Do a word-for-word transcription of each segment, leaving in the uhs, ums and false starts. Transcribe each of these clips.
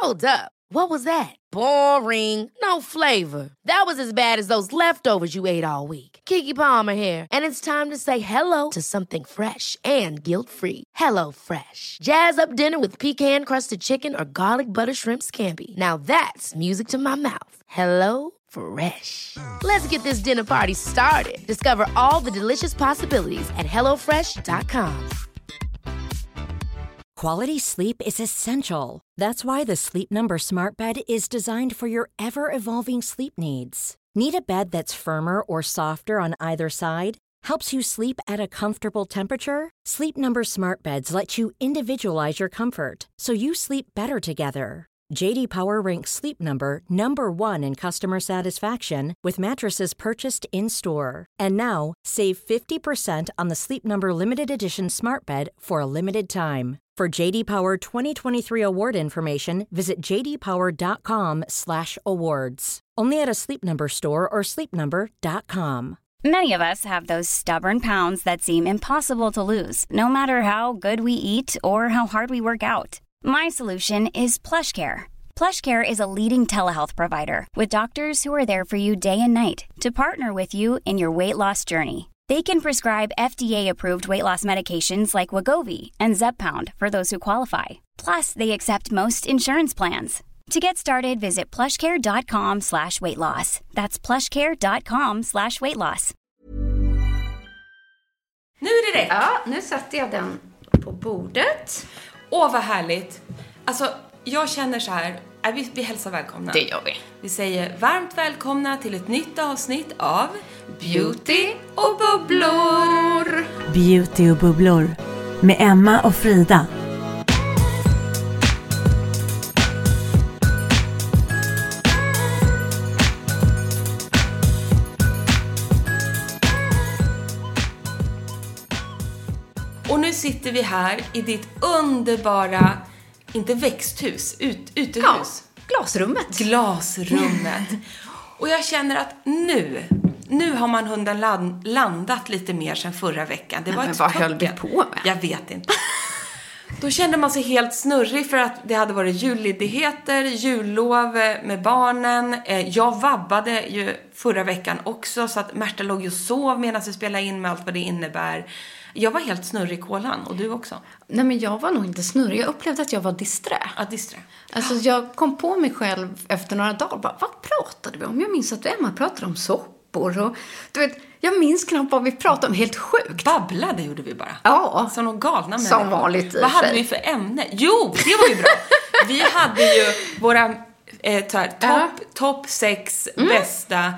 Hold up. What was that? Boring. No flavor. That was as bad as those leftovers you ate all week. Keke Palmer here, and it's time to say hello to something fresh and guilt-free. Hello Fresh. Jazz up dinner with pecan-crusted chicken or garlic butter shrimp scampi. Now that's music to my mouth. Hello Fresh. Let's get this dinner party started. Discover all the delicious possibilities at hello fresh dot com. Quality sleep is essential. That's why the Sleep Number Smart Bed is designed for your ever-evolving sleep needs. Need a bed that's firmer or softer on either side? Helps you sleep at a comfortable temperature? Sleep Number Smart Beds let you individualize your comfort, so you sleep better together. J D Power ranks Sleep Number number one in customer satisfaction with mattresses purchased in-store. And now, save fifty percent on the Sleep Number Limited Edition Smart Bed for a limited time. For J D Power twenty twenty-three award information, visit j d power dot com slash awards. Only at a Sleep Number store or sleep number dot com. Many of us have those stubborn pounds that seem impossible to lose, no matter how good we eat or how hard we work out. My solution is PlushCare. PlushCare is a leading telehealth provider with doctors who are there for you day and night to partner with you in your weight loss journey. They can prescribe F D A-approved weight loss medications like Wegovy and Zepbound for those who qualify. Plus, they accept most insurance plans. To get started, visit plushcare.com slash weight loss. That's plushcare.com slash weight loss. Nu är det rätt. Ja, nu satte jag den på bordet. Åh, vad härligt. Alltså, jag känner så här. Är vi, vi hälsar välkomna. Det gör vi. Vi säger varmt välkomna till ett nytt avsnitt av Beauty och bubblor. Beauty och bubblor med Emma och Frida. Och nu sitter vi här i ditt underbara, inte växthus, ut, utehus. Ja, glasrummet. Glasrummet. Och jag känner att nu, nu har man hunden land, landat lite mer sedan förra veckan. Det var Nej, ett men vad töcken. höll vi på med? Jag vet inte. Då kände man sig helt snurrig för att det hade varit julledigheter, jullov med barnen. Jag vabbade ju förra veckan också, så att Märta låg och sov medan vi spelade in med allt vad det innebär. Jag var helt snurrig i kolan, och du också. Nej, men jag var nog inte snurrig. Jag upplevde att jag var disträ. Ja, disträ. Alltså, jag kom på mig själv efter några dagar. Bara, vad pratade vi om? Jag minns att Emma pratade om soppor. Och, du vet, jag minns knappt vad vi pratade om. Helt sjukt. Babblade gjorde vi bara. Ja. Som någon galna människor. Som vanligt i Vad hade sig. vi för ämne? Jo, det var ju bra. Vi hade ju våra eh, topp Ja. top sex Mm. bästa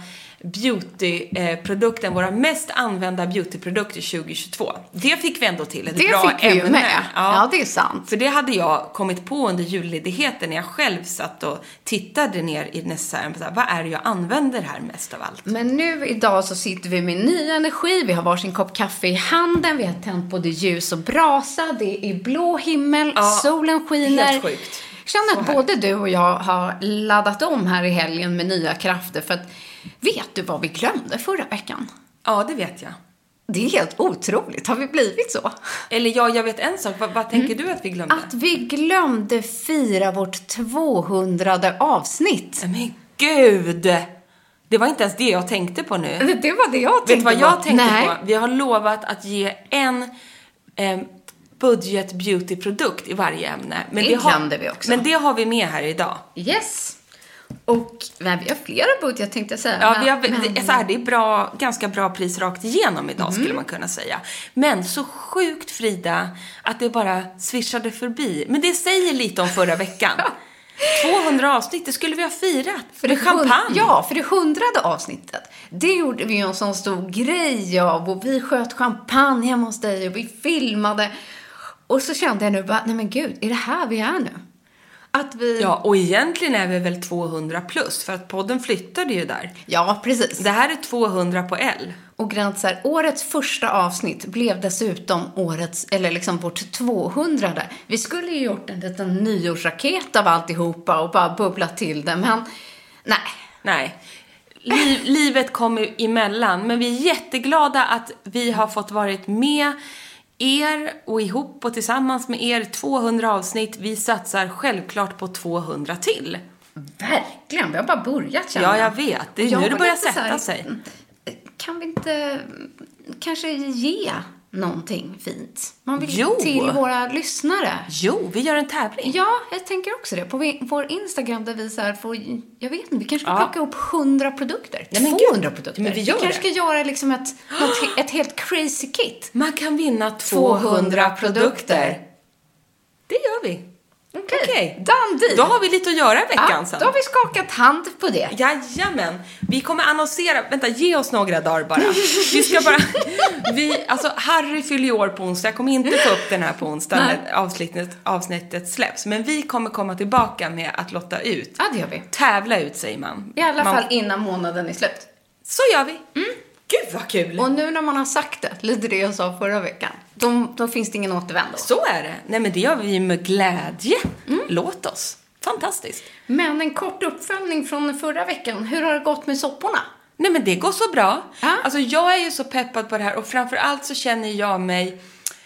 beautyprodukten, våra mest använda beautyprodukter tjugo tjugotvå. Det fick vi ändå till, ett Det bra fick vi ju ämne. med. Ja, det är sant. För det hade jag kommit på under julledigheten när jag själv satt och tittade ner i necessären. Vad är det jag använder här mest av allt? Men nu idag så sitter vi med ny energi. Vi har varsin kopp kaffe i handen. Vi har tänt både ljus och brasa. Det är blå himmel. Ja, solen skiner. helt sjukt. Jag känner att Så här. både du och jag har laddat om här i helgen med nya krafter. För att, vet du vad vi glömde förra veckan? Ja, det vet jag. Det är helt otroligt. Har vi blivit så? Eller ja, jag vet en sak. Vad, vad tänker du att vi glömde? Att vi glömde fira vårt tvåhundrade avsnitt. Men gud! Det var inte ens det jag tänkte på nu. Det, det var det jag tänkte Vet du vad jag på. tänkte Nej. på? Vi har lovat att ge en eh, budget beauty-produkt i varje ämne. Men Det har, glömde vi också. Men det har vi med här idag. Yes. Och nej, vi har flera budget tänkte jag säga. Ja, men, vi har, men... det, är så här, det är bra, ganska bra pris rakt igenom idag, Mm. skulle man kunna säga. Men så sjukt, Frida, att det bara swishade förbi. Men det säger lite om förra veckan. tvåhundra avsnitt, det skulle vi ha firat. För det är champagne. Hund- ja, för det hundrade avsnittet. Det gjorde vi ju en sån stor grej av. Och vi sköt champagne hemma hos dig och vi filmade. Och så kände jag nu bara, nej men gud, är det här vi är nu? Att vi... Ja, och egentligen är vi väl tvåhundra plus, för att podden flyttade ju där. Ja, precis. Det här är tvåhundra på L. Och grant så här, årets första avsnitt blev dessutom årets, eller liksom vårt tvåhundrade. Vi skulle ju gjort en liten nyårsraket av alltihopa och bara bubbla till det, men nej. Nej. Liv, livet kommer emellan, men vi är jätteglada att vi har fått varit med er och ihop och tillsammans med er tvåhundra avsnitt. Vi satsar självklart på tvåhundra till. Verkligen, vi har bara börjat känna. Ja, jag vet. Det är nu det börjar sätta här, sig. Kan vi inte kanske ge någonting fint? Man vill jo. till våra lyssnare. Jo, vi gör en tävling. Ja, jag tänker också det. På vår Instagram där vi så här får, jag vet inte, vi kanske ska ja. plocka upp hundra produkter. Ja, men tvåhundra gud. produkter. Men vi, vi kanske ska göra liksom ett, något, ett helt crazy kit. Man kan vinna tvåhundra produkter. Det gör vi. Okej, okay. okay. Done deal. Då har vi lite att göra i veckan ja, sen. Då har vi skakat hand på det. Jajamän. Vi kommer annonsera. Vänta, ge oss några dagar bara. Vi ska bara... vi, alltså, Harry fyller år på onsdag. Jag kommer inte få upp den här på onsdag när avsnittet, avsnittet släpps. Men vi kommer komma tillbaka med att lotta ut. Ja, det gör vi. Tävla ut, säger man. I alla man... fall innan månaden är slut. Så gör vi. Mm. Gud, vad kul. Och nu när man har sagt det, lite det jag sa förra veckan, då, då finns det ingen återvändo. Så är det. Nej, men det gör vi med glädje. Mm. Låt oss. Fantastiskt. Men en kort uppföljning från förra veckan. Hur har det gått med sopporna? Nej, men det går så bra. Ja. Alltså, jag är ju så peppad på det här. Och framförallt så känner jag mig...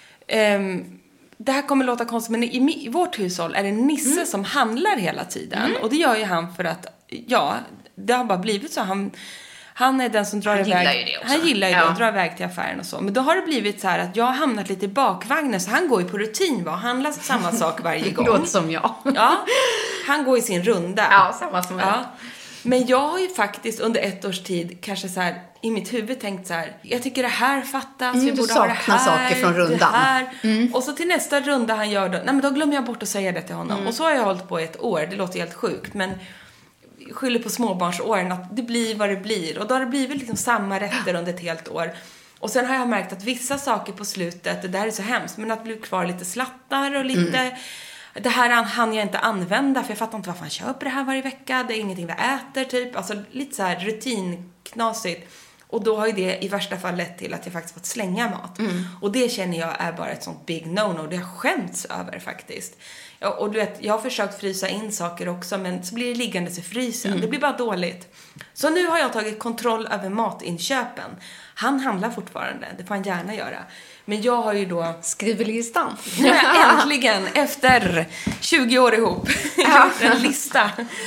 Um, det här kommer låta konstigt, men i, i vårt hushåll är det Nisse mm. som handlar hela tiden. Mm. Och det gör ju han för att, ja, det har bara blivit så. Han... Han är den som drar han iväg. Gillar ju det också. Han gillar ju ja. det och drar iväg till affären och så. Men då har det blivit så här att jag har hamnat lite i bakvagnen. Så han går ju på rutin, va? Han handlar samma sak varje gång. Låter som jag. Ja, han går i sin runda. Ja, samma som jag. Ja. Men jag har ju faktiskt under ett års tid kanske så här i mitt huvud tänkt så här. Jag tycker det här fattas. Mm, vi borde ha det här. saker från rundan. Det här. Mm. Och så till nästa runda han gör då. Nej, men då glömmer jag bort att säga det till honom. Mm. Och så har jag hållit på i ett år. Det låter helt sjukt. Men... skyller på småbarnsåren att det blir vad det blir. Och då har det blivit liksom samma rätter under ett helt år. Och sen har jag märkt att vissa saker på slutet, det där är så hemskt, men att det blir kvar lite slattar och lite... Mm. Det här hann jag inte använda, för jag fattar inte varför han köper det här varje vecka. Det är ingenting vi äter, typ. Alltså lite så här rutinknasigt. Och då har ju det i värsta fall lett till att jag faktiskt fått slänga mat. Mm. Och det känner jag är bara ett sånt big no-no. Det har skämts över faktiskt. Och du vet, jag har försökt frysa in saker också, men så blir det liggandes i frysen. Mm. Det blir bara dåligt. Så nu har jag tagit kontroll över matinköpen. Han handlar fortfarande, det får han gärna göra. Men jag har ju då... Skriver listan. Äntligen, efter tjugo år ihop. Ja. En lista.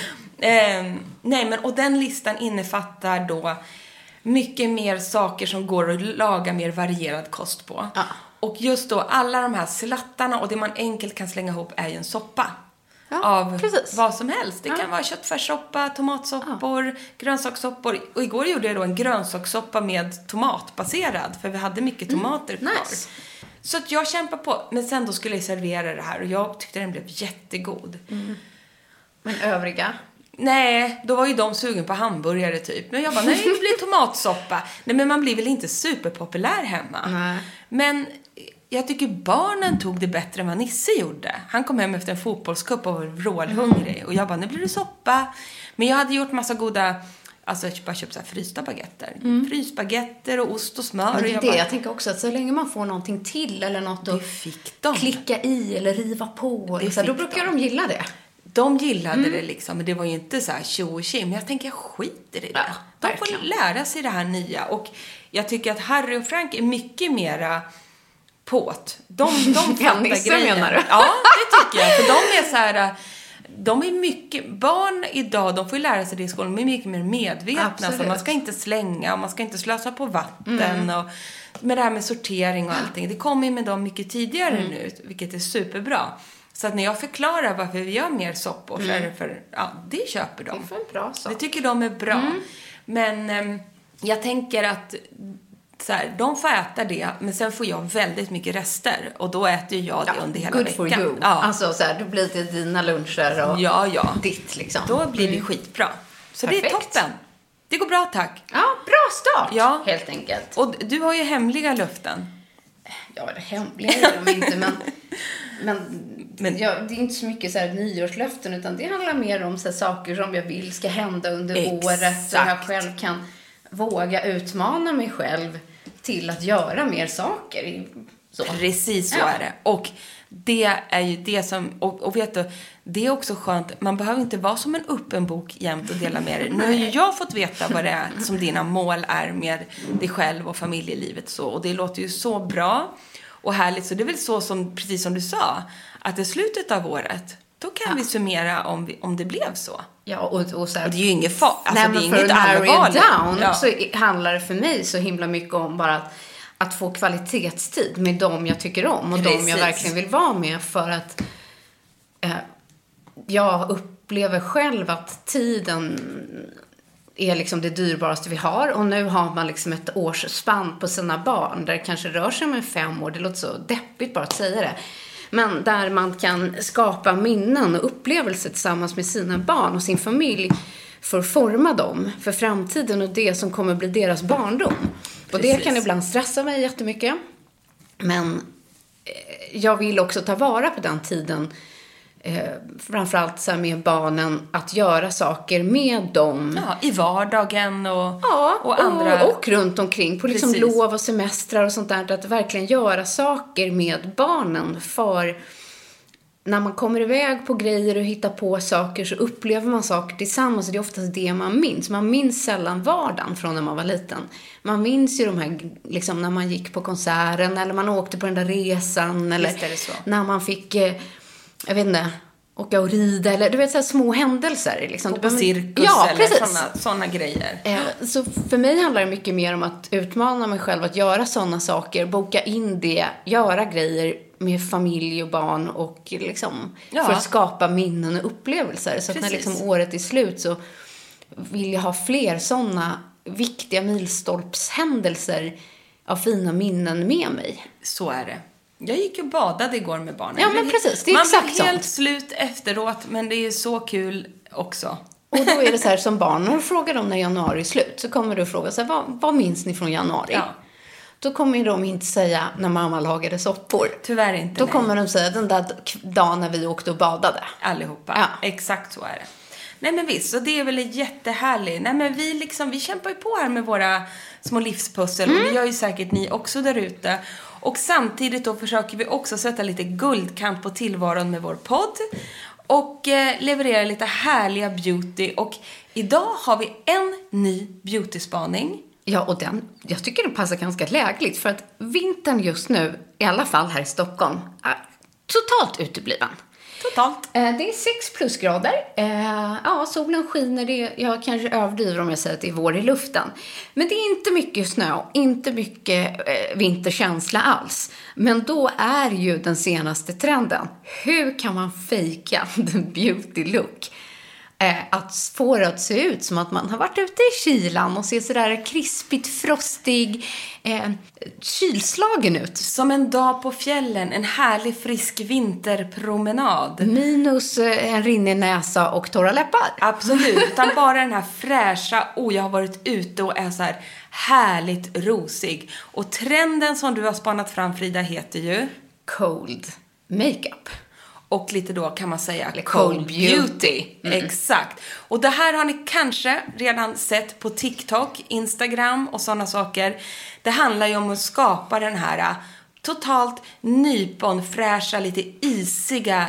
Eh, nej, men och den listan innefattar då mycket mer saker som går att laga mer varierad kost på. Ja. Och just då, alla de här slattarna och det man enkelt kan slänga ihop är ju en soppa. Ja, av precis. Vad som helst. Det ja. kan vara köttfärssoppa, tomatsoppor, ja. grönsakssoppor. Och igår gjorde jag då en grönsakssoppa med tomatbaserad. För vi hade mycket tomater mm. kvar. Nice. Så att jag kämpar på. Men sen då skulle jag servera det här. Och jag tyckte den blev jättegod. Mm. Men övriga? Nej, då var ju de sugen på hamburgare typ. Men jag bara, nej, det blir tomatsoppa. Nej, men man blir väl inte superpopulär hemma. Nej. Men jag tycker barnen tog det bättre än vad Nisse gjorde. Han kom hem efter en fotbollscup och var vrålhungrig. Och jag bara, nu blir det soppa. Men jag hade gjort massa goda... Alltså jag bara köpt så här frysta baguetter. Mm. Frysbaguetter och ost och smör. Men det är och jag, det. bara, jag tänker också att så länge man får någonting till eller något att fick de. klicka i eller riva på. Det så då brukar de. de gilla det. De gillade mm. det liksom. Men det var ju inte så här tjo och tjim. Men jag tänker, jag skiter i det. Ja, de verkligen. Får lära sig det här nya. Och jag tycker att Harry och Frank är mycket mera påt. De, de fattar grejen. Menar du? Ja, det tycker jag. För de är så här... De är mycket... Barn idag, de får ju lära sig det i skolan. De är mycket mer medvetna. Alltså, man ska inte slänga och man ska inte slösa på vatten. Mm. Och med det här med sortering och allting. Det kommer ju med dem mycket tidigare mm. nu. Vilket är superbra. Så att när jag förklarar varför vi gör mer soppor mm. så är det för... Ja, det köper de. Det är för en bra sak. Det tycker de är bra. Mm. Men eh, jag tänker att... Så här, de får äta det, men sen får jag väldigt mycket rester. Och då äter jag det ja, under hela good veckan. For you. Ja. Alltså så här, då blir det dina luncher och ja, ja. ditt liksom. Då blir det skitbra. Så perfekt. Det är toppen. Det går bra, tack. Ja, bra start. Ja. Helt enkelt. Och du har ju hemliga löften. Ja, det hemliga är de inte, men... Men, men ja, det är inte så mycket så här nyårslöften, utan det handlar mer om så här, saker som jag vill ska hända under exakt. Året. Så jag själv kan våga utmana mig själv till att göra mer saker. Så. Precis så ja. Är det. Och det är ju det som... Och, och vet du, det är också skönt. Man behöver inte vara som en öppen bok jämt och dela med dig. Nu har ju jag fått veta vad det är som dina mål är med dig själv och familjelivet. Så. Och det låter ju så bra. och härligt. Så det är väl så som, precis som du sa, att i slutet av året, då kan ja. vi summera om, vi, om det blev så. Ja, och, och, så här, och det är ju inget, fa- alltså, nej, det är för inget allvarligt. Down ja. så handlar det för mig så himla mycket om bara att, att få kvalitetstid med dem jag tycker om. Och Precis. dem jag verkligen vill vara med, för att eh, jag upplever själv att tiden är liksom det dyrbaraste vi har. Och nu har man liksom ett årsspann på sina barn där det kanske rör sig om fem år. Det låter så deppigt bara att säga det. Men där man kan skapa minnen och upplevelser tillsammans med sina barn och sin familj för att forma dem för framtiden och det som kommer bli deras barndom. Precis. Och det kan ibland stressa mig jättemycket. Men jag vill också ta vara på den tiden, eh, framförallt så här med barnen, att göra saker med dem. Ja, i vardagen och, ja, och andra. Och, och runt omkring på liksom lov och semestrar och sånt där. Att verkligen göra saker med barnen, för när man kommer iväg på grejer och hittar på saker så upplever man saker tillsammans. Och det är oftast det man minns. Man minns sällan vardagen från när man var liten. Man minns ju de här, liksom när man gick på konserten eller man åkte på den där resan. Eller när man fick, jag vet inte, åka och rida. Eller du vet, så här små händelser. Liksom. Och på cirkus ja, eller såna, såna grejer. Eh, så för mig handlar det mycket mer om att utmana mig själv att göra såna saker. Boka in det, göra grejer med familj och barn och liksom ja. för att skapa minnen och upplevelser. Så att när liksom året är slut så vill jag ha fler såna viktiga milstolpshändelser av fina minnen med mig. Så är det. Jag gick och badade igår med barnen. Ja, men precis. Det är man exakt blir helt sånt. slut efteråt, men det är så kul också. Och då är det så här som barn, när du frågar dem när januari är slut, så kommer du fråga så här, vad, vad minns ni från januari? Ja. Då kommer de inte säga när mamma lagade soppor. Tyvärr inte. Då nej. kommer de säga den där dagen när vi åkte och badade. Allihopa. Ja. Exakt så är det. Nej men visst, så det är väl jättehärligt. Nej men vi liksom, vi kämpar ju på här med våra små livspussel. Mm. Och det gör ju säkert ni också där ute. Och samtidigt då försöker vi också sätta lite guldkant på tillvaron med vår podd. Och eh, leverera lite härliga beauty. Och idag har vi en ny beautyspaning. Ja, och den, jag tycker den passar ganska lägligt. För att vintern just nu, i alla fall här i Stockholm, är totalt utebliven. Totalt. Eh, det är sex plusgrader. Eh, ja, solen skiner. Det, jag kanske överdriver om jag säger att det är vår i luften. Men det är inte mycket snö. Inte mycket eh, vinterkänsla alls. Men då är ju den senaste trenden. Hur kan man fejka den beauty look? Eh, att få det att se ut som att man har varit ute i kylan och ser sådär krispigt, frostig, eh, kylslagen ut. Som en dag på fjällen, en härlig frisk vinterpromenad. Minus eh, en rinnig näsa och torra läppar. Absolut, utan bara den här fräscha, oh jag har varit ute och är så här härligt rosig. Och trenden som du har spanat fram, Frida, heter ju Cold Makeup. Och lite då kan man säga Cold, cold beauty. beauty. Mm. Exakt. Och det här har ni kanske redan sett på TikTok, Instagram och sådana saker. Det handlar ju om att skapa den här totalt nyponfräscha, lite isiga,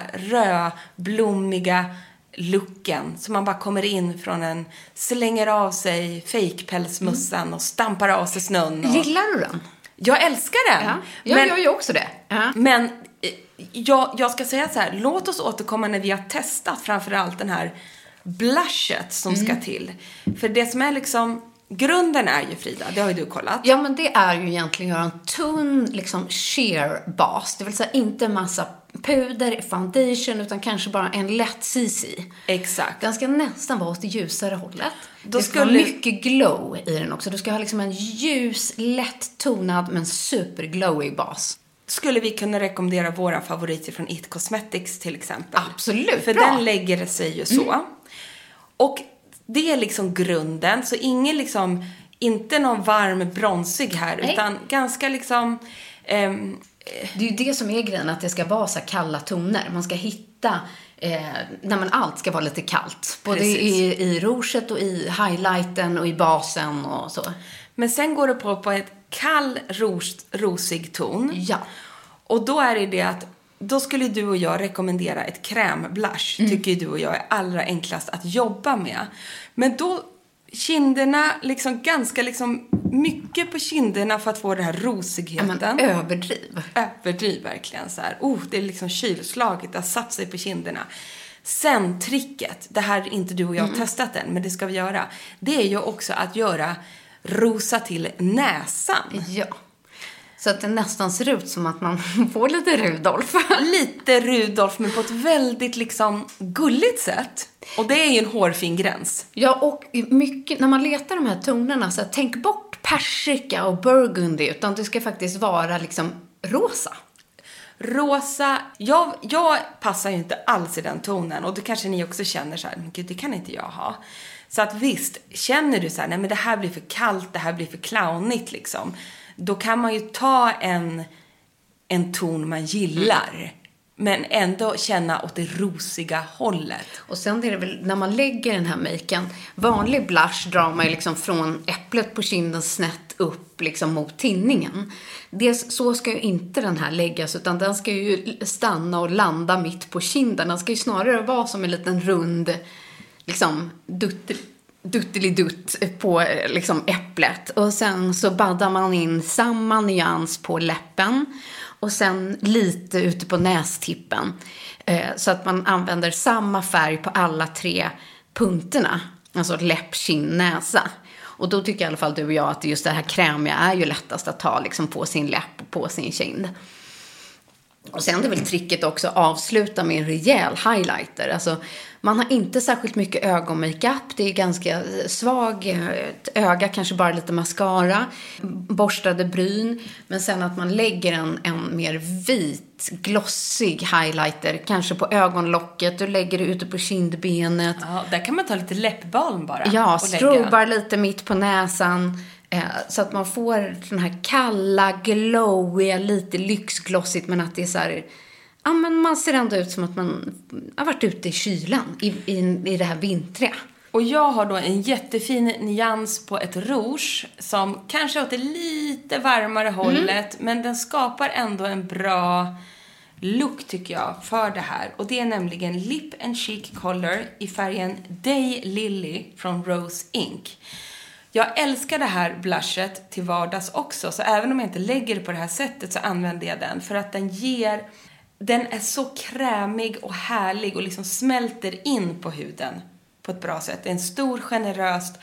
rödblommiga looken. Så man bara kommer in från en, slänger av sig fejkpälsmussan mm. och stampar av sig snön. Och... Gillar du den? Jag älskar den. Ja, jag men, gör ju också det. Ja. Men... Jag, jag ska säga så här, låt oss återkomma när vi har testat framförallt den här blushet som mm. ska till. För det som är liksom, grunden är ju, Frida, det har ju du kollat. Ja, men det är ju egentligen att göra en tunn liksom sheer bas. Det vill säga inte massa puder, foundation, utan kanske bara en lätt C C. Exakt. Den ska nästan vara åt det ljusare hållet. Då det ska skulle... vara mycket glow i den också. Du ska ha liksom en ljus, lätt tonad men superglowy bas. Skulle vi kunna rekommendera våra favoriter från It Cosmetics till exempel. Absolut, för bra. Den lägger sig ju så. Mm. Och det är liksom grunden. Så ingen liksom, inte någon varm bronsig här. Nej. Utan ganska liksom... Ehm, det är ju det som är grejen, att det ska vara så kalla toner. Man ska hitta... Eh, när man allt ska vara lite kallt. Både i, i rouget och i highlighten och i basen och så. Men sen går det på på ett kall ros, rosig ton. Ja. Och då är det det att då skulle du och jag rekommendera ett krämblush. Mm. Tycker du och jag är allra enklast att jobba med. Men då kinderna, liksom ganska liksom mycket på kinderna för att få den här rosigheten. Ja, men överdriv. Överdriv verkligen så här. Oh, det är liksom kylslaget, det har satt sig på kinderna. Sen tricket, det här är inte du och jag har mm. testat än, men det ska vi göra. Det är ju också att göra rosa till näsan. Ja. Så att det nästan ser ut som att man får lite Rudolf. Lite Rudolf, men på ett väldigt liksom gulligt sätt. Och det är ju en hårfin gräns. Ja, och mycket, när man letar de här tonerna, så tänk bort persika och burgundy, utan det ska faktiskt vara liksom rosa. Rosa, jag, jag passar ju inte alls i den tonen. Och det kanske ni också känner så här, men gud, det kan inte jag ha. Så att visst, känner du så här, nej men det här blir för kallt, det här blir för clownigt liksom. Då kan man ju ta en, en ton man gillar. Mm. Men ändå känna åt det rosiga hållet. Och sen är det väl, när man lägger den här maken, vanlig blush drar man ju liksom från äpplet på kinden snett upp liksom mot tinningen. Det, så ska ju inte den här läggas, utan den ska ju stanna och landa mitt på kinden. Den ska ju snarare vara som en liten rund liksom dutt, duttelidutt på liksom äpplet. Och sen så baddar man in samma nyans på läppen. Och sen lite ute på nästippen. Eh, så att man använder samma färg på alla tre punkterna. Alltså läpp, kind, näsa. Och då tycker i alla fall du och jag att just det här krämiga är ju lättast att ta liksom på sin läpp och på sin kind. Och sen är det väl tricket också att avsluta med en rejäl highlighter. Alltså man har inte särskilt mycket ögonmakeup. Det är ganska svag. Ett öga, kanske bara lite mascara. Borstade bryn. Men sen att man lägger en, en mer vit, glossig highlighter. Kanske på ögonlocket. Du lägger det ute på kindbenet. Ja, där kan man ta lite läppbalm bara. Ja, strobar lite mitt på näsan. Så att man får den här kalla, glowiga, lite lyxglossigt, men att det är så här, ja, men man ser ändå ut som att man har varit ute i kylan i, i, i det här vintriga. Och jag har då en jättefin nyans på ett rouge som kanske åt det lite varmare hållet, mm. men den skapar ändå en bra look tycker jag för det här. Och det är nämligen Lip and Cheek Color i färgen Day Lily från Rose Ink. Jag älskar det här blushet till vardags också. Så även om jag inte lägger det på det här sättet så använder jag den. För att den ger... Den är så krämig och härlig och liksom smälter in på huden på ett bra sätt. Det är en stor, generöst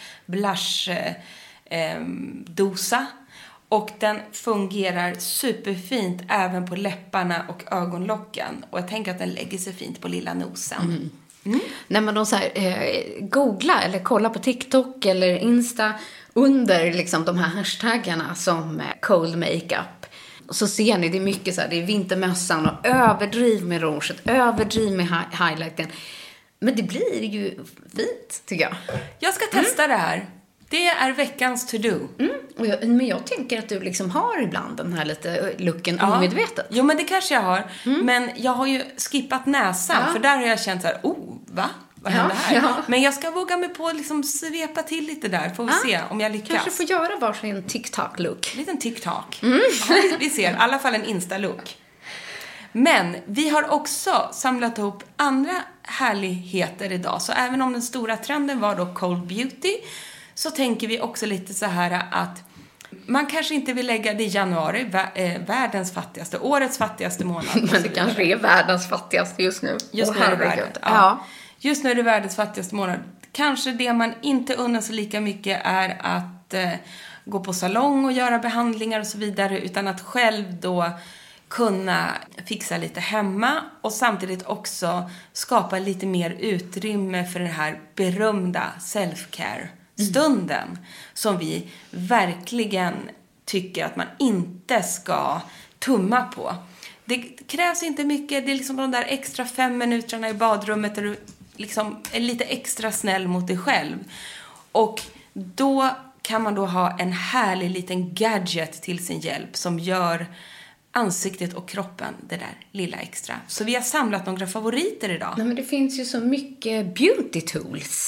blush-dosa. Eh, och den fungerar superfint även på läpparna och ögonlocken. Och jag tänker att den lägger sig fint på lilla nosen. Mm. Mm. När man då så här, eh, googla eller kolla på TikTok eller Insta under liksom de här hashtaggarna som eh, cold makeup, så ser ni, det är mycket så här, det är vintermössan och överdriv med rouget, överdriv med hi- highlighten. Men det blir ju fint, tycker jag. Jag ska testa mm. det här. Det är veckans to-do. Mm. Och jag, men jag tänker att du liksom har ibland den här lite looken ja. omedvetet. Jo, men det kanske jag har. Mm. Men jag har ju skippat näsan. Ja. För där har jag känt så här, oh, va? Vad ja, händer här? Ja. Men jag ska våga mig på att liksom svepa till lite där. Får vi ja. se om jag lyckas. Kanske får göra varsin TikTok-look. En liten TikTok. Mm. Ja, vi ser. I alla fall en Insta-look. Men vi har också samlat ihop andra härligheter idag. Så även om den stora trenden var då cold beauty, så tänker vi också lite så här att man kanske inte vill lägga det i januari, världens fattigaste, årets fattigaste månad. Men det kanske är världens fattigaste just nu. Just nu är det världens, ja. Ja. Just nu är det världens fattigaste månad. Kanske det man inte unnar så lika mycket är att eh, gå på salong och göra behandlingar och så vidare, utan att själv då kunna fixa lite hemma och samtidigt också skapa lite mer utrymme för den här berömda self-care stunden mm. som vi verkligen tycker att man inte ska tumma på. Det krävs inte mycket, det är liksom de där extra fem minuterna i badrummet där du liksom är lite extra snäll mot dig själv. Och då kan man då ha en härlig liten gadget till sin hjälp som gör ansiktet och kroppen det där lilla extra. Så vi har samlat några favoriter idag. Nej, men det finns ju så mycket beauty tools.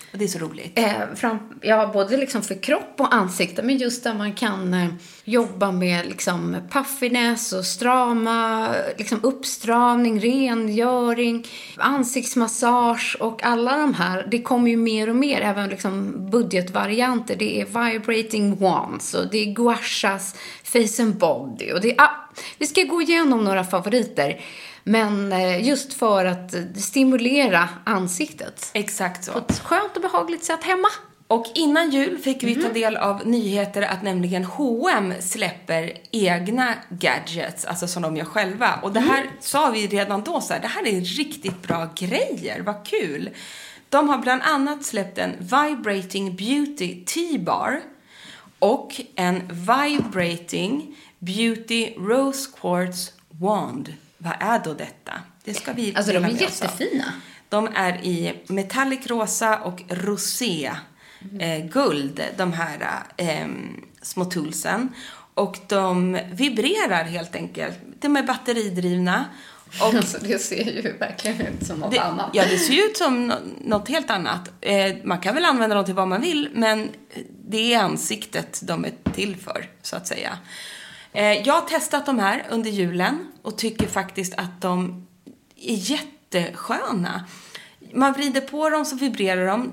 Och det är så roligt. Eh, fram, ja, både liksom för kropp och ansikte, men just där man kan eh, jobba med liksom puffiness och strama, liksom uppstramning, rengöring, ansiktsmassage och alla de här. Det kommer ju mer och mer, även liksom budgetvarianter. Det är vibrating wands och det är guashas face and body. Och det är, ah, vi ska gå igenom några favoriter. Men just för att stimulera ansiktet. Exakt så. På ett skönt och behagligt sätt hemma. Och innan jul fick vi ta del av nyheter att nämligen H och M släpper egna gadgets, alltså som de gör själva. Och det här mm. sa vi redan då så här, det här är riktigt bra grejer, vad kul. De har bland annat släppt en Vibrating Beauty T-bar och en Vibrating Beauty Rose Quartz Wand. Vad är då detta? Det ska vi Alltså de är jättefina. De är i metallic rosa och rosé eh, guld, de här eh, små toolsen. Och de vibrerar helt enkelt. De är batteridrivna. Och alltså det ser ju verkligen ut som något det, annat. Ja, det ser ju ut som något helt annat. Eh, man kan väl använda dem till vad man vill, men det är ansiktet de är till för, så att säga. Jag har testat de här under julen och tycker faktiskt att de är jättesköna. Man vrider på dem så vibrerar de.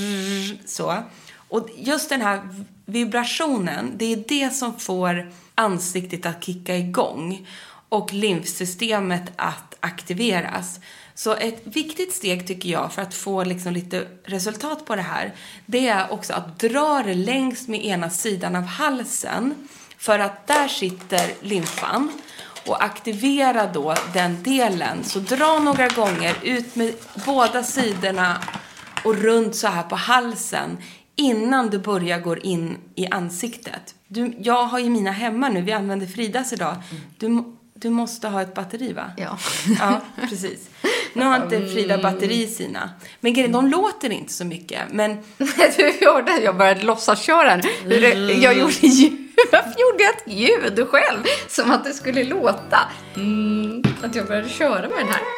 Så. Och just den här vibrationen, det är det som får ansiktet att kicka igång och lymfsystemet att aktiveras. Så ett viktigt steg tycker jag för att få liksom lite resultat på det här, det är också att dra det längs med ena sidan av halsen. För att där sitter lymfan och aktivera då den delen. Så dra några gånger ut med båda sidorna och runt så här på halsen innan du börjar gå in i ansiktet. Du, jag har ju mina hemma nu, vi använder Fridas idag. Du, du måste ha ett batteri, va? Ja. Ja, precis. Nu har inte Frida batteri i sina. Men grejen, de låter inte så mycket. Men du hörde, jag började låtsas köra. Jag gjorde ljud. Jag gjorde ett ljud själv. Som att det skulle låta. Mm, att jag började köra med den här.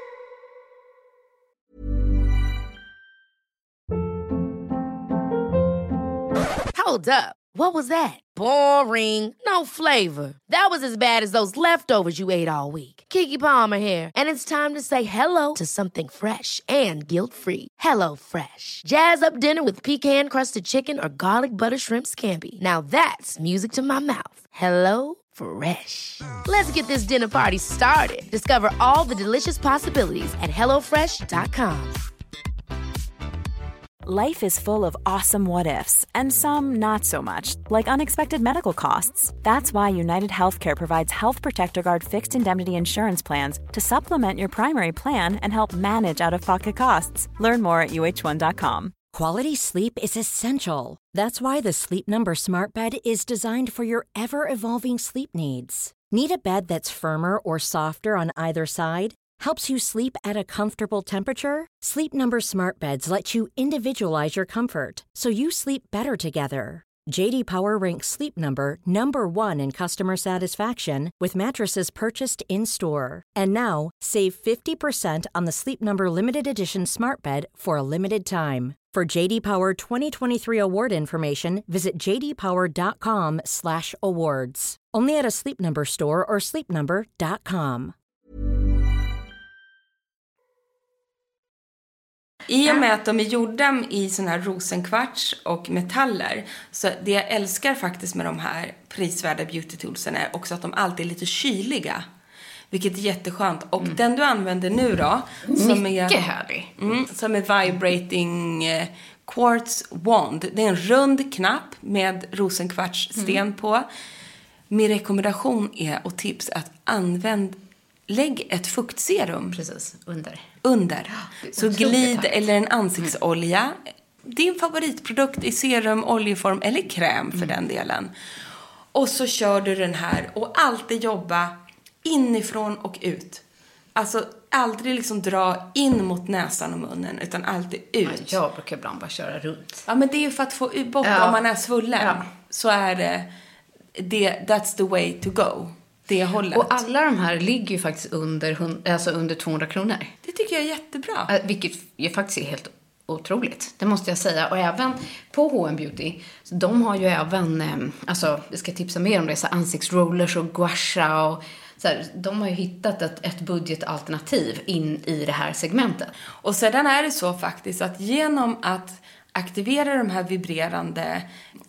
Hold up. What was that? Boring. No flavor. That was as bad as those leftovers you ate all week. Keke Palmer here. And it's time to say hello to something fresh and guilt-free. Hello Fresh. Jazz up dinner with pecan-crusted chicken or garlic butter shrimp scampi. Now that's music to my mouth. Hello Fresh. Let's get this dinner party started. Discover all the delicious possibilities at hello fresh dot com. Life is full of awesome what-ifs, and some not so much, like unexpected medical costs. That's why United Healthcare provides Health Protector Guard fixed indemnity insurance plans to supplement your primary plan and help manage out-of-pocket costs. Learn more at U H one dot com. Quality sleep is essential. That's why the Sleep Number Smart Bed is designed for your ever-evolving sleep needs. Need a bed that's firmer or softer on either side? Helps you sleep at a comfortable temperature? Sleep Number Smart Beds let you individualize your comfort, so you sleep better together. J D Power ranks Sleep Number number one in customer satisfaction with mattresses purchased in-store. And now, save fifty percent on the Sleep Number Limited Edition Smart Bed for a limited time. For J D Power twenty twenty-three award information, visit j d power dot com slash awards. Only at a Sleep Number store or sleep number dot com. I och med att de är gjorda i sån här rosenkvarts och metaller, så det jag älskar faktiskt med de här prisvärda beauty toolsen är också att de alltid är lite kyliga. Vilket är jätteskönt. Och mm. den du använder nu då, som mycket är, härlig. Mm, som är Vibrating eh, Quartz Wand. Det är en rund knapp med rosenkvartssten mm. på. Min rekommendation är och tips att använd lägg ett fuktserum. Precis, under. Under. Så glid eller en ansiktsolja. Mm. Din favoritprodukt i serum, oljeform eller kräm för mm. den delen. Och så kör du den här och alltid jobba inifrån och ut. Alltså aldrig liksom dra in mot näsan och munnen, utan alltid ut. Ja, jag brukar ibland bara köra runt. Ja, men det är ju för att få bort ja. om man är svullen. Ja. Så är det, det, that's the way to go. Det hållet. Och alla de här ligger ju faktiskt under, alltså under tvåhundra kronor. Det tycker jag är jättebra. Vilket ju faktiskt är helt otroligt, det måste jag säga. Och även på H och M Beauty, de har ju även, alltså vi ska tipsa mer om det, så ansiktsrollers och gua sha och så här, de har ju hittat ett, ett budgetalternativ in i det här segmentet. Och sedan är det så faktiskt att genom att aktivera de här vibrerande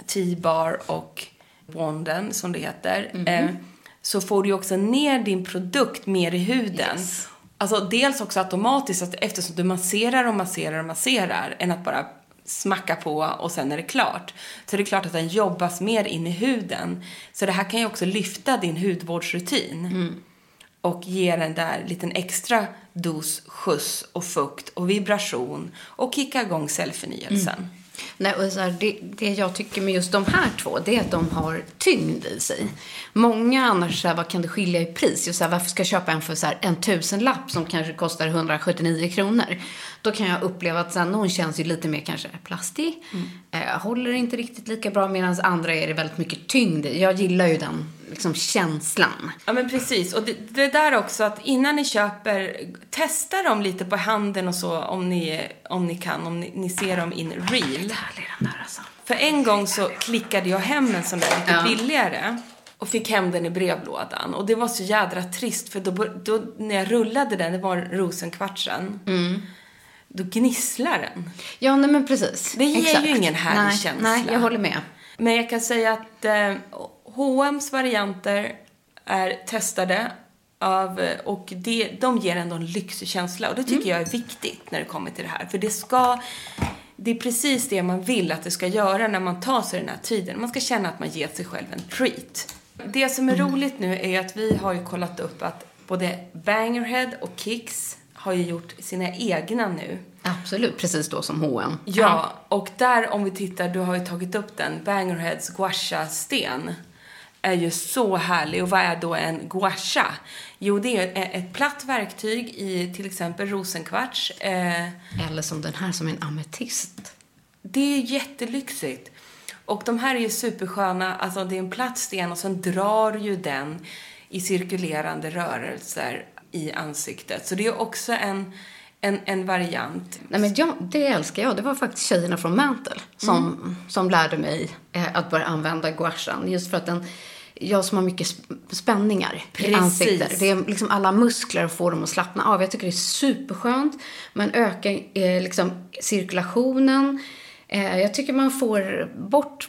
T-bar och wanden som det heter, mm. eh, så får du också ner din produkt mer i huden. Yes. Alltså dels också automatiskt, att eftersom du masserar och masserar och masserar än att bara smacka på och sen är det klart. Så det är klart att den jobbas mer in i huden. Så det här kan ju också lyfta din hudvårdsrutin. Mm. Och ge den där liten extra dos, skjuts och fukt och vibration. Och kicka igång cellförnyelsen. Mm. Nej, och så här, det, det jag tycker med just de här två, det är att de har tyngd i sig. Många annars, så här, vad kan det skilja i pris? Just så här, varför ska jag köpa en för så här, en tusenlapp som kanske kostar hundrasjuttionio kronor? Då kan jag uppleva att så här, någon känns ju lite mer kanske plastig. Mm. Eh, håller inte riktigt lika bra, medan andra är det väldigt mycket tyngd i. Jag gillar ju den liksom känslan. Ja, men precis. Och det, det där också, att innan ni köper, testa dem lite på handen och så, om ni, om ni kan, om ni, ni ser dem in real. Det här är den där alltså. För en gång så klickade jag hem en sån där lite ja. billigare och fick hem den i brevlådan. Och det var så jädra trist, för då, då när jag rullade den, det var rosenkvartsen. Mm. Då gnisslar den. Ja, nej, men precis. Det ger Exakt. ju ingen härlig nej, känsla. Nej, jag håller med. Men jag kan säga att eh, H och M's varianter är testade av, och det, de ger ändå en lyxig känsla. Och det tycker mm. jag är viktigt när det kommer till det här. För det ska, det är precis det man vill att det ska göra när man tar sig den här tiden. Man ska känna att man ger sig själv en treat. Det som är mm. roligt nu är att vi har ju kollat upp att både Bangerhead och Kicks har ju gjort sina egna nu. Absolut, precis då som H och M. Ja, och där om vi tittar, du har ju tagit upp den. Bangerheads gua sha-sten är ju så härlig. Och vad är då en gua sha? Jo, det är ett platt verktyg i till exempel rosenkvarts. Eh, Eller som den här som en ametist. Det är jättelyxigt. Och de här är ju supersköna. Alltså det är en platt sten och sen drar ju den i cirkulerande rörelser i ansiktet. Så det är också en, en, en variant. Nej, men jag, det älskar jag. Det var faktiskt tjejerna från Mantle som, mm. som lärde mig eh, att börja använda gua shan. Just för att den, jag som har mycket spänningar Precis. i ansiktet. Det är liksom alla muskler och får dem att slappna av. Jag tycker det är superskönt. Man ökar eh, liksom cirkulationen. Eh, jag tycker man får bort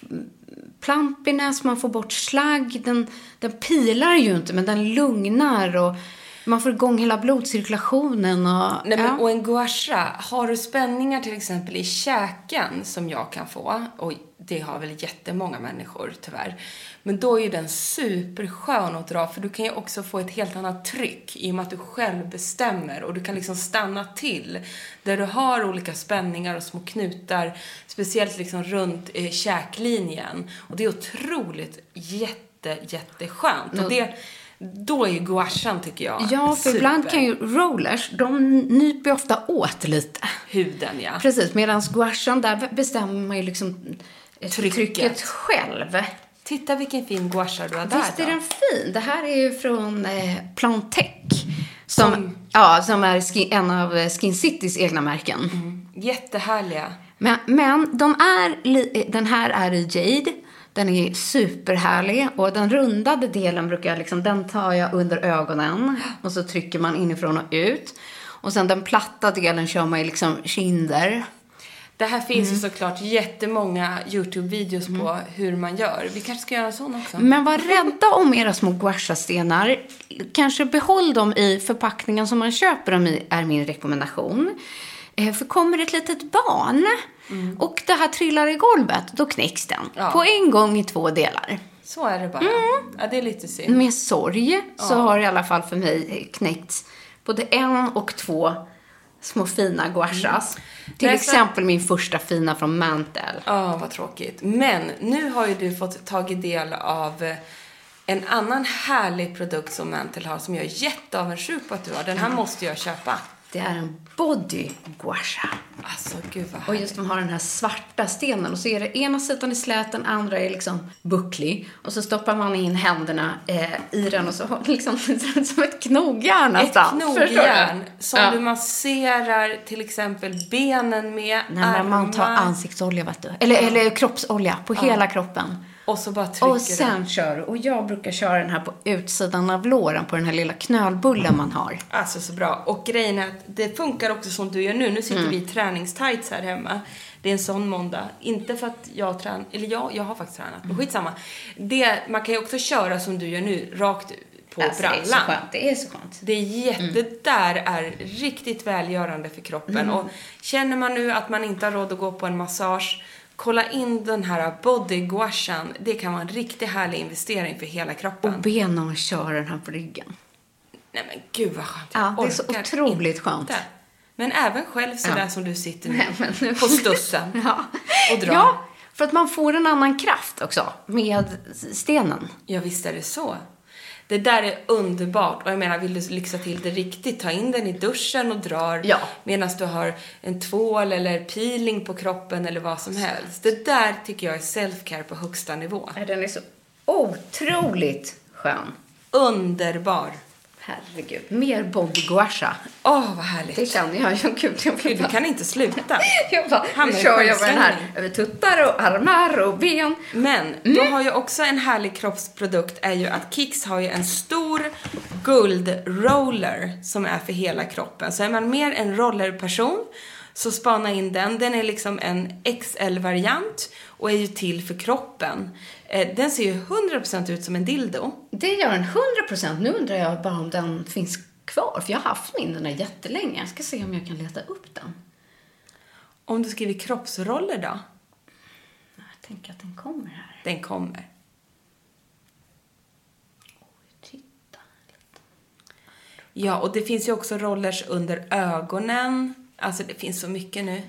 plumpiness, man får bort slagg. Den, den pilar ju inte, men den lugnar och man får igång hela blodcirkulationen. Och, Nej, men, ja. och en gua sha, har du spänningar till exempel i käken som jag kan få, och det har väl jättemånga människor tyvärr, men då är ju den superskön att dra, för du kan ju också få ett helt annat tryck i och med att du själv bestämmer, och du kan liksom stanna till där du har olika spänningar och små knutar, speciellt liksom runt eh, käklinjen, och det är otroligt jätte, jätteskönt. Mm. Och det Då är ju gua shan, tycker jag, ja, för super. ibland kan ju rollers, de nyper ju ofta åt lite. Huden, ja. Precis, medan gua shan, där bestämmer man ju liksom trycket, trycket själv. Titta vilken fin gua sha du har där. Visst är då? den fin? Det här är ju från eh, Plantec. Som, som, ja, som är skin, en av Skin Citys egna märken. Mm, jättehärliga. Men, men de är, den här är i jade. Den är superhärlig. Och den rundade delen brukar jag liksom, den tar jag under ögonen. Och så trycker man inifrån och ut. Och sen den platta delen kör man i liksom kinder. Det här finns mm. ju såklart jättemånga YouTube-videos mm. på hur man gör. Vi kanske ska göra en sån också. Men var rädda om era små gua sha-stenar. Kanske behåll dem i förpackningen som man köper dem i, är min rekommendation. För kommer ett litet barn mm. och det här trillar i golvet, då knäcks den. Ja. På en gång i två delar. Så är det bara. Mm. Ja, det är lite synd. Med sorg ja. så har i alla fall för mig knäckts både en och två små fina gua shas. Mm. Till Nästa... exempel min första fina från Mantle. Ja, vad tråkigt. Men nu har ju du fått tagit del av en annan härlig produkt som Mantle har, som jag är jätteavundsjuk på att du har. Den här mm. måste jag köpa. Det är en body gua sha. Alltså gud vad Och just de har den här svarta stenen. Och så är det ena sidan i slät, den andra är liksom bucklig. Och så stoppar man in händerna eh, i den och så har liksom som ett knogjärn nästan. Ett knogjärn som ja. du masserar till exempel benen med. Nej, men man tar ansiktsolja, vet du. Eller, ja. eller kroppsolja på ja. hela kroppen. Och så bara trycker Och sen den. kör och jag brukar köra den här på utsidan av låren på den här lilla knölbullen man har. Alltså så bra. Och grejen är att det funkar också som du gör nu. Nu sitter mm. vi i träningstights här hemma. Det är en sån måndag. Inte för att jag tränar, eller jag, jag har faktiskt tränat. Men skitsamma. Det, man kan ju också köra som du gör nu, rakt på alltså, brallan. Det är så skönt. Det är så skönt. Det är jätte, mm. det där är riktigt välgörande för kroppen. Mm. Och känner man nu att man inte har råd att gå på en massage, kolla in den här body gua shan. Det kan vara en riktigt härlig investering för hela kroppen. Och benen och köra den här på ryggen. Nej men gud vad skönt. Ja, det är så otroligt inte. skönt. Men även själv sådär ja. som du sitter nu, Nej, men... på stussen ja. och drar. Ja, för att man får en annan kraft också med stenen. Ja, visst är det så. Det där är underbart. Och jag menar, vill du lyxa till det riktigt, ta in den i duschen och drar ja. medan du har en tvål eller peeling på kroppen eller vad som helst. Det där tycker jag är self-care på högsta nivå. Den är så otroligt skön. Underbar. Herregud, mer body gua sha. Åh, oh, vad härligt. Det känner jag. jag Gud, jag Gud, du kan inte sluta. jag bara, nu kör jag med den här över tuttar och armar och ben. Men, mm. då har ju också en härlig kroppsprodukt är ju att Kicks har ju en stor guldroller som är för hela kroppen. Så är man mer en rollerperson så spana in den. Den är liksom en X L-variant och är ju till för kroppen. Den ser ju hundra procent ut som en dildo. Det gör den hundra procent. Nu undrar jag bara om den finns kvar. För jag har haft min den där jättelänge. Jag ska se om jag kan leta upp den. Om du skriver kroppsroller då? Jag tänker att den kommer här. Den kommer. Oj, titta. Ja, och det finns ju också rollers under ögonen. Alltså det finns så mycket nu.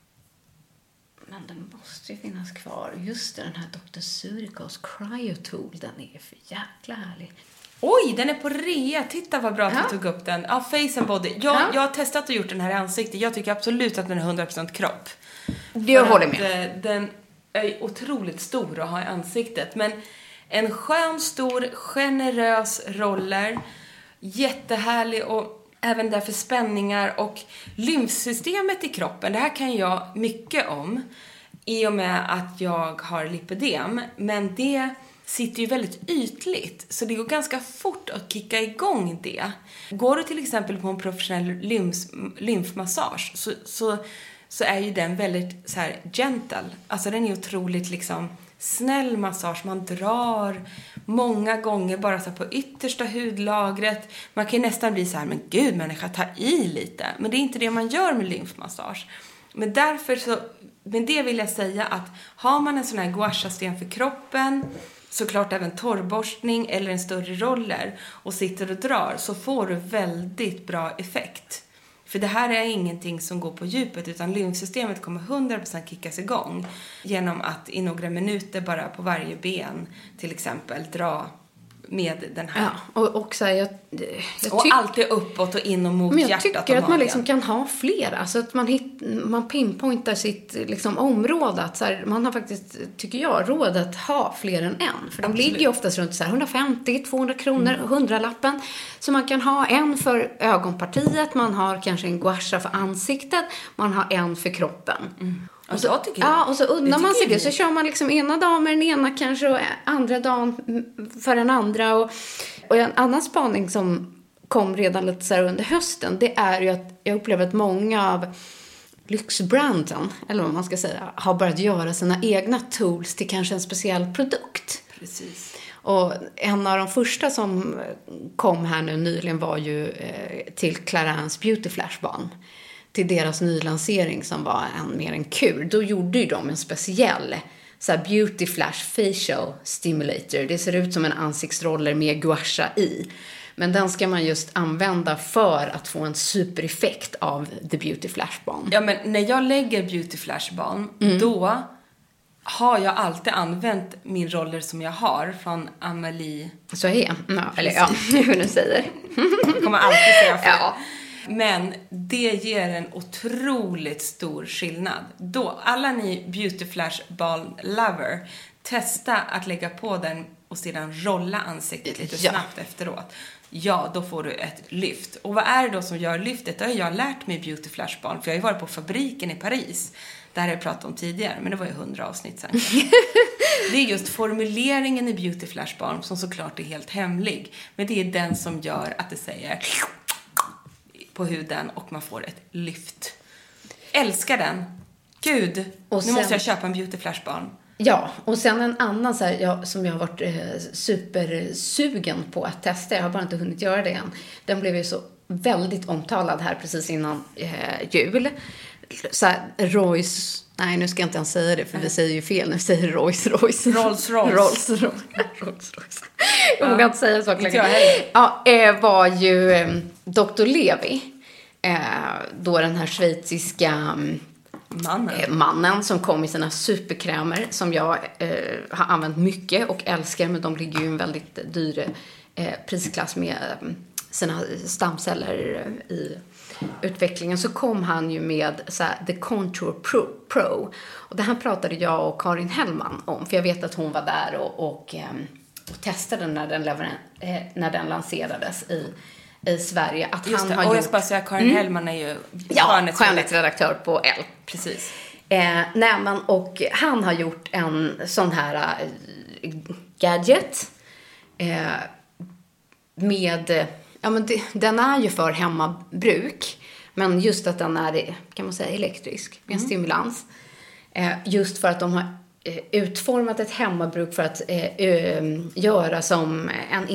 Men den måste ju finnas kvar. Just det, den här doktor Surikos Cryotool, den är för jäkla härlig. Oj, den är på rea. Titta vad bra att ja. du tog upp den. Ja, face and body. Jag, ja. jag har testat och gjort den här i ansiktet. Jag tycker absolut att den är hundra procent kropp. Jag håller med. Att, den är otroligt stor att ha i ansiktet. Men en skön, stor, generös roller. Jättehärlig och även därför spänningar och lymfsystemet i kroppen. Det här kan jag mycket om i och med att jag har lipödem. Men det sitter ju väldigt ytligt. Så det går ganska fort att kicka igång det. Går du till exempel på en professionell lymf, lymfmassage så, så, så är ju den väldigt så här gentle. Alltså den är otroligt liksom snäll massage. Man drar många gånger bara så på yttersta hudlagret. Man kan ju nästan bli så här, men gud människa, ta i lite. Men det är inte det man gör med lymfmassage. Men därför så, med det vill jag säga att har man en sån här gua sha-sten för kroppen, såklart även torrborstning eller en större roller och sitter och drar, så får du väldigt bra effekt. För det här är ingenting som går på djupet, utan lymfsystemet kommer hundra procent kickas igång genom att i några minuter bara på varje ben till exempel dra med den här. Ja, och också jag, jag och alltid uppåt och in och mot men jag hjärtat. Jag tycker att man liksom kan ha flera. Alltså att man, hit, man pinpointar sitt liksom område. Att så här, man har faktiskt, tycker jag, råd att ha fler än en. För de Absolut. ligger ju oftast runt så här hundrafemtio till tvåhundra kronor, mm. hundralappen. Så man kan ha en för ögonpartiet. Man har kanske en gua sha för ansiktet. Man har en för kroppen. Mm. Och så, ja, och så undrar man sig det. Så kör man liksom ena dagen med den ena kanske och andra dagen för den andra. Och, och en annan spaning som kom redan lite så här under hösten, det är ju att jag upplever att många av lyxbranden, eller vad man ska säga, har börjat göra sina egna tools till kanske en speciell produkt. Precis. Och en av de första som kom här nu nyligen var ju eh, till Clarins Beauty Flash Balm. Till deras nylansering som var en mer en kur. Då gjorde ju de en speciell så här Beauty Flash Facial Stimulator. Det ser ut som en ansiktsroller med gua sha i. Men den ska man just använda för att få en supereffekt av The Beauty Flash Balm. Ja, men när jag lägger Beauty Flash Balm, mm. då har jag alltid använt min roller som jag har från Amelie. Så är ja, eller ja, hur du säger. Jag kommer alltid säga för. Ja. Men det ger en otroligt stor skillnad. Då, alla ni Beauty Flash Balm Lover, testa att lägga på den och sedan rolla ansiktet lite ja. snabbt efteråt. Ja, då får du ett lyft. Och vad är det då som gör lyftet? Det har jag lärt mig i Beauty Flash Balm. För jag har ju varit på fabriken i Paris. Det här har jag pratat om tidigare, men det var ju hundra avsnitt sen. Det är just formuleringen i Beauty Flash Balm som såklart är helt hemlig. Men det är den som gör att det säger på huden och man får ett lyft. Älskar den. Gud, och sen, nu måste jag köpa en Beauty Flash Balm. Ja, och sen en annan så här, jag, som jag har varit eh, supersugen på att testa. Jag har bara inte hunnit göra det än. Den blev ju så väldigt omtalad här precis innan eh, jul. Så här, Royce, nej nu ska jag inte ens säga det för vi säger ju fel, nu säger Royce Royce. Rolls Royce. Rolls Royce. Rolls Royce. Jag vågar ja. inte säga så inte jag heller. Ja, eh, var ju eh, doktor Levi, eh, då den här schweiziska mannen. Eh, mannen som kom i sina superkrämer som jag eh, har använt mycket och älskar, men de ligger ju i en väldigt dyr eh, prisklass med eh, sina stamceller i utvecklingen. Så kom han ju med så här, The Contour Pro, Pro. Och det här pratade jag och Karin Hellman om, för jag vet att hon var där och, och, eh, och testade när den, lever, eh, när den lanserades i i Sverige. Att Just han det. har och gjort... jag ska bara säga, Karin mm. Hellman är ju ja, skönhetsredaktör på L. Precis. Eh, nej, men, och han har gjort en sån här äh, gadget eh, med, ja men det, den är ju för hemmabruk, men just att den är, kan man säga, elektrisk med en mm. stimulans. Eh, just för att de har utformat ett hemmabruk för att eh, ö, göra som en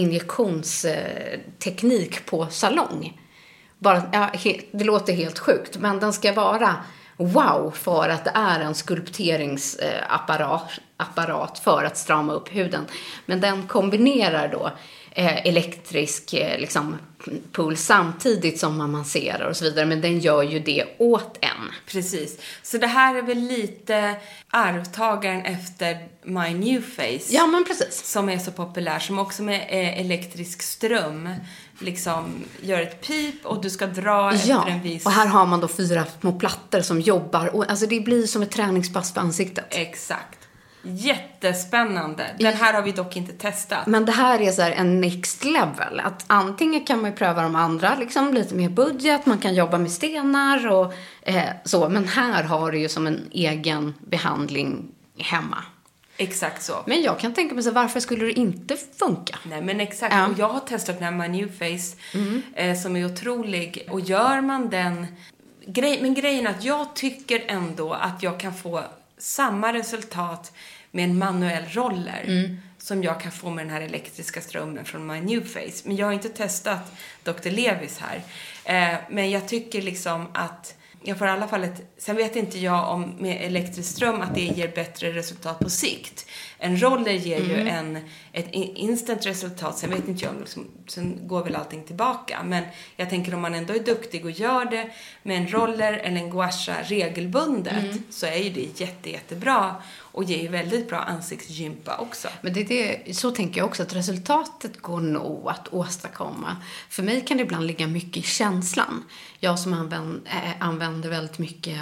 injektionsteknik på salong. Bara, ja, he, det låter helt sjukt, men den ska vara wow för att det är en skulpteringsapparat apparat för att strama upp huden. Men den kombinerar då eh, elektrisk eh, liksom, puls samtidigt som man masserar och så vidare. Men den gör ju det åt en. Precis. Så det här är väl lite arvtagaren efter My New Face. Ja, men precis. Som är så populär. Som också med eh, elektrisk ström liksom gör ett pip och du ska dra efter ja, en viss... och här har man då fyra små plattor som jobbar. Och, alltså det blir som ett träningspass på ansiktet. Exakt. Jättespännande. Den här har vi dock inte testat. Men det här är så här en next level. Att antingen kan man ju pröva de andra, liksom lite mer budget. Man kan jobba med stenar och eh, så. Men här har du ju som en egen behandling hemma. Exakt så. Men jag kan tänka mig så, varför skulle det inte funka? Nej, men exakt. Ja. Och jag har testat den här My New Face mm. eh, som är otrolig. Och gör man den... Grej, men grejen är att jag tycker ändå att jag kan få samma resultat med en manuell roller mm. som jag kan få med den här elektriska strömmen från My New Face. Men jag har inte testat doktor Levis här. Eh, men jag tycker liksom att jag får i alla fall ett... Sen vet inte jag om med elektrisk ström att det ger bättre resultat på sikt. En roller ger mm. ju en, ett instant resultat. Sen vet inte jag om liksom, sen går väl allting tillbaka. Men jag tänker om man ändå är duktig och gör det med en roller eller en gua sha regelbundet mm. så är ju det jätte, jättebra. Och ger ju väldigt bra ansiktsgympa också. Men det, det, så tänker jag också att resultatet går nog att åstadkomma. För mig kan det ibland ligga mycket i känslan. Jag som använder, äh, använder väldigt mycket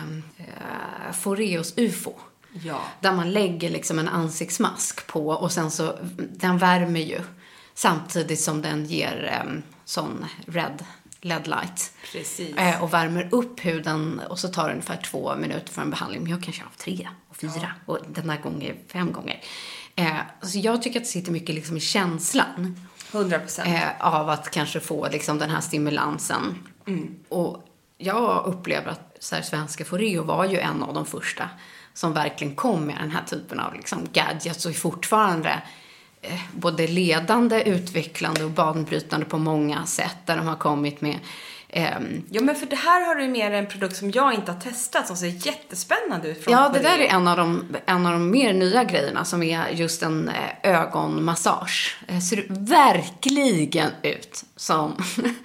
äh, Foreos U F O. Ja. Där man lägger liksom en ansiktsmask på och sen så, den värmer ju. Samtidigt som den ger ähm, sån red L E D-light. Precis. Äh, och värmer upp huden och så tar det ungefär två minuter för en behandling. Men jag kan köra tre och fyra ja. och den här gången fem gånger. Äh, så jag tycker att det sitter mycket liksom i känslan. hundra procent. Äh, av att kanske få liksom den här stimulansen. Mm. Och jag upplever att så här, svenska Foreo var ju en av de första som verkligen kom med den här typen av liksom, gadgets och är fortfarande eh, både ledande, utvecklande och banbrytande på många sätt där de har kommit med. Ehm, ja, men för det här har du mer en produkt som jag inte har testat som ser jättespännande ut från Ja, Foreo. det där är en av, de, en av de mer nya grejerna som är just en eh, ögonmassage. Det ser verkligen ut som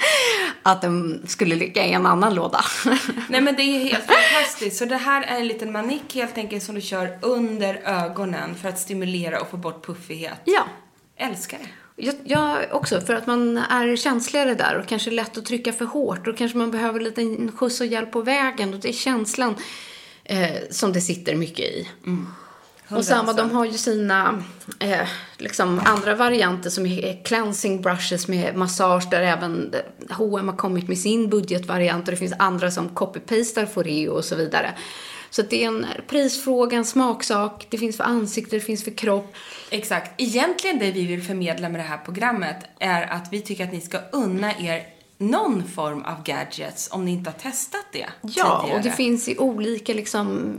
att den skulle ligga i en annan låda. Nej, men det är helt fantastiskt. Så det här är en liten manik helt enkelt som du kör under ögonen för att stimulera och få bort puffighet. Ja. Älskar det. Jag, jag också, för att man är känsligare där och kanske lätt att trycka för hårt. Och kanske man behöver lite skjuts och hjälp på vägen. Och det är känslan eh, som det sitter mycket i. Mm. Och samma, de har ju sina eh, liksom andra varianter som är cleansing brushes med massage, där även H och M har kommit med sin budgetvariant, och det finns andra som copy-pastar Foreo och så vidare. Så det är en prisfråga, en smaksak, det finns för ansikte, det finns för kropp. Exakt. Egentligen det vi vill förmedla med det här programmet är att vi tycker att ni ska unna er någon form av gadgets om ni inte har testat det Ja, tidigare. Och det finns i olika liksom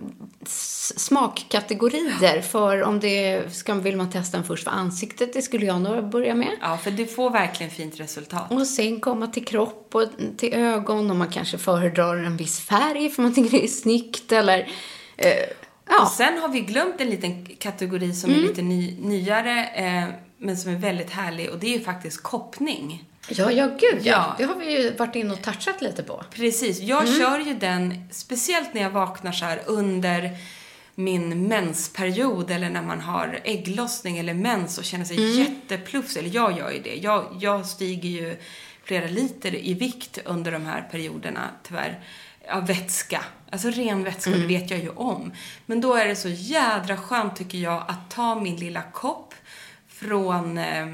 smakkategorier. För om det ska, vill man testa den först för ansiktet, det skulle jag nog börja med. Ja, för du får verkligen fint resultat. Och sen komma till kropp och till ögon, och man kanske föredrar en viss färg för man tycker det är snyggt, eller eh, ja. Och sen har vi glömt en liten kategori som mm. är lite ny, nyare eh, men som är väldigt härlig, och det är ju faktiskt koppning. Ja, ja, gud, ja. ja. Det har vi ju varit inne och touchat lite på. Precis. Jag mm. kör ju den, speciellt när jag vaknar så här under min mensperiod, eller när man har ägglossning eller mens och känner sig mm. jätteplufs. Eller jag gör ju det. Jag, jag stiger ju flera liter i vikt under de här perioderna, tyvärr. Av vätska. Alltså ren vätska, mm. det vet jag ju om. Men då är det så jädra skönt, tycker jag, att ta min lilla kopp från eh,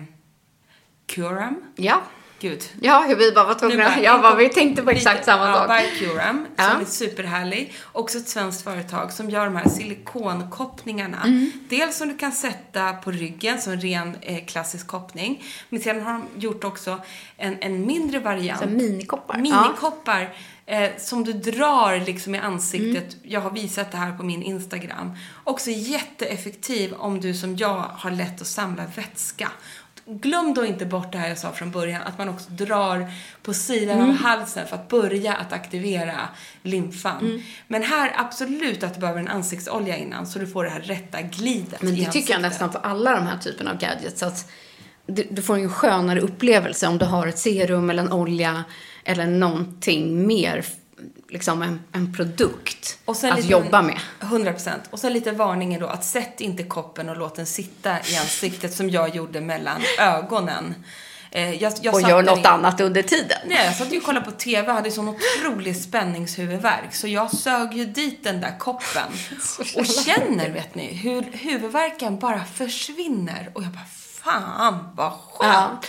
Curam. Ja. Gud. Ja, vi bara var tvungna. Ja, vad vi tänkte på exakt samma ja, sak. By Curam, ja. som är superhärlig. Också ett svenskt företag som gör de här silikonkoppningarna. Mm. Dels som du kan sätta på ryggen som en ren eh, klassisk koppning. Men sedan har de gjort också en, en mindre variant. Så minikoppar. Minikoppar. Ja. Eh, som du drar liksom i ansiktet. Mm. Jag har visat det här på min Instagram. Också jätteeffektiv om du som jag har lätt att samla vätska. Glöm då inte bort det här jag sa från början, att man också drar på sidan mm. av halsen för att börja att aktivera lymfan. Mm. Men här absolut att du behöver en ansiktsolja innan, så du får det här rätta glidet. Men det tycker jag nästan på alla de här typerna av gadgets, att du, du får en skönare upplevelse om du har ett serum eller en olja eller någonting mer, liksom en, en produkt och sen att lite, jobba med. hundra procent. Och sen lite varningen då, att sätt inte koppen och låt den sitta i ansiktet som jag gjorde mellan ögonen. Eh, jag, jag och gör något in... annat under tiden. Nej, jag satt ju och kollade på tv och hade sån otrolig spänningshuvudvärk. Så jag sög ju dit den där koppen. Och känner, vet ni, hur huvudvärken bara försvinner. Och jag bara, fan vad skönt. Ja.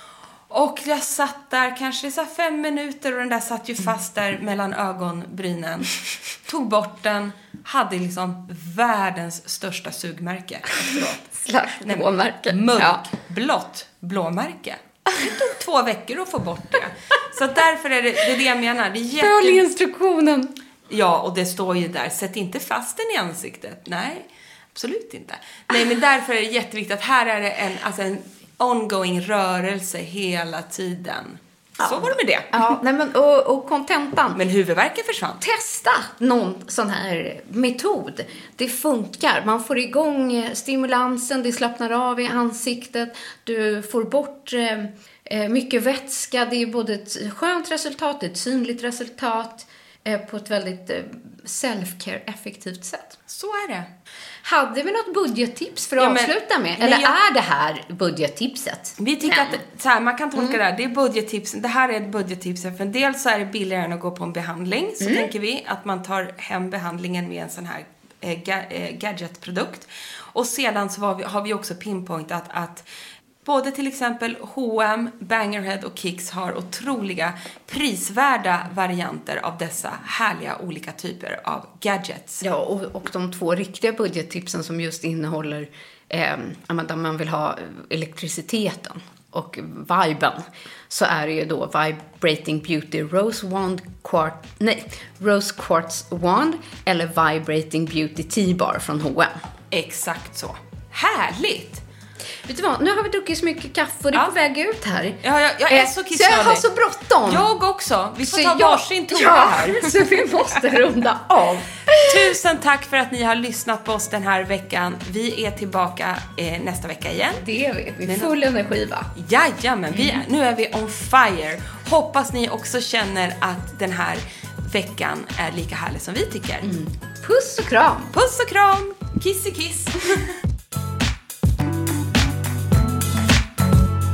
Och jag satt där kanske så här fem minuter och den där satt ju fast där mellan ögonbrynen. Tog bort den, hade liksom världens största sugmärke efteråt. Slash blåmärke. Mörk, ja. Blått blåmärke. Det tog två veckor att få bort det. Så därför är det, det är det jag menar. Det är jätte... Följ instruktionen. Ja, och det står ju där. Sätt inte fast den i ansiktet. Nej, absolut inte. Nej, men därför är det jätteviktigt att här är det en, alltså en ongoing rörelse hela tiden. Ja. Så var det med det. Ja, nej men, och, och kontentan. Men huvudvärken försvann. Testa någon sån här metod. Det funkar. Man får igång stimulansen. Det slappnar av i ansiktet. Du får bort eh, mycket vätska. Det är både ett skönt resultat, ett synligt resultat eh, på ett väldigt eh, self-care-effektivt sätt. Så är det. Hade vi något budgettips för att ja, men, avsluta med? Eller jag, är det här budgettipset? Vi tycker men. att så här, man kan tolka mm. det här. Det är budgettips. Det här är ett budgettips. För en del så är det billigare än att gå på en behandling. Så mm. tänker vi att man tar hem behandlingen med en sån här eh, ga, eh, gadgetprodukt. Och sedan så har vi, har vi också pinpointat att både till exempel H och M, Bangerhead och Kicks har otroliga prisvärda varianter av dessa härliga olika typer av gadgets. Ja, och, och de två riktiga budgettipsen som just innehåller eh, där man vill ha elektriciteten och viben, så är det ju då Vibrating Beauty Rose Wand Quartz, nej, Rose Quartz Wand eller Vibrating Beauty T-Bar från H och M. Exakt så. Härligt! Vet du vad, nu har vi druckit så mycket kaffe och det är ja. på väg ut här. Ja, jag, jag är så kissnödig. Så jag har så bråttom. Jag också. Vi får så ta jag, varsin toa ja, här. Så vi måste runda av. Tusen tack för att ni har lyssnat på oss den här veckan. Vi är tillbaka eh, nästa vecka igen. Det är vi. Vi är full energi, va? Jajamän, vi är, nu är vi on fire. Hoppas ni också känner att den här veckan är lika härlig som vi tycker. Mm. Puss och kram. Puss och kram. Kiss och kiss.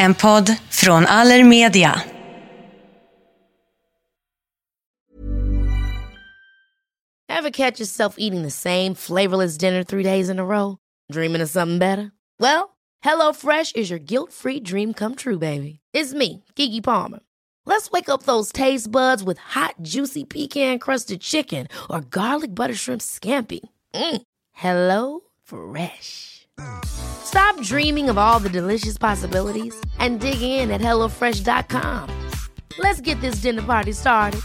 En podd från Allermedia. Ever catch yourself eating the same flavorless dinner three days in a row? Dreaming of something better? Well, HelloFresh is your guilt-free dream come true, baby. It's me, Keke Palmer. Let's wake up those taste buds with hot, juicy pecan-crusted chicken or garlic butter shrimp scampi. Mm. Hello Fresh. Stop dreaming of all the delicious possibilities and dig in at hello fresh dot com. Let's get this dinner party started.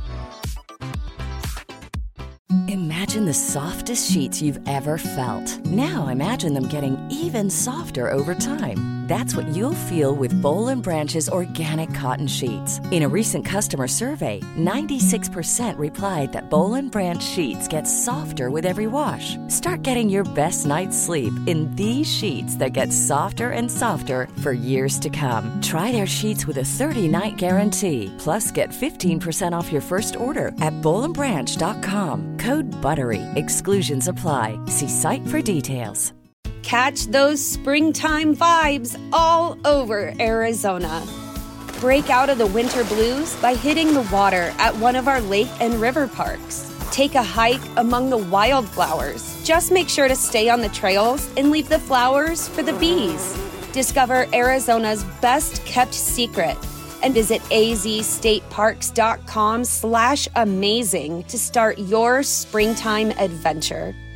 Imagine the softest sheets you've ever felt. Now imagine them getting even softer over time. That's what you'll feel with Boll and Branch's organic cotton sheets. In a recent customer survey, ninety-six percent replied that Boll and Branch sheets get softer with every wash. Start getting your best night's sleep in these sheets that get softer and softer for years to come. Try their sheets with a thirty-night guarantee. Plus, get fifteen percent off your first order at boll and branch dot com. Code BUTTERY. Exclusions apply. See site for details. Catch those springtime vibes all over Arizona. Break out of the winter blues by hitting the water at one of our lake and river parks. Take a hike among the wildflowers. Just make sure to stay on the trails and leave the flowers for the bees. Discover Arizona's best kept secret and visit azstateparks dot com slash amazing to start your springtime adventure.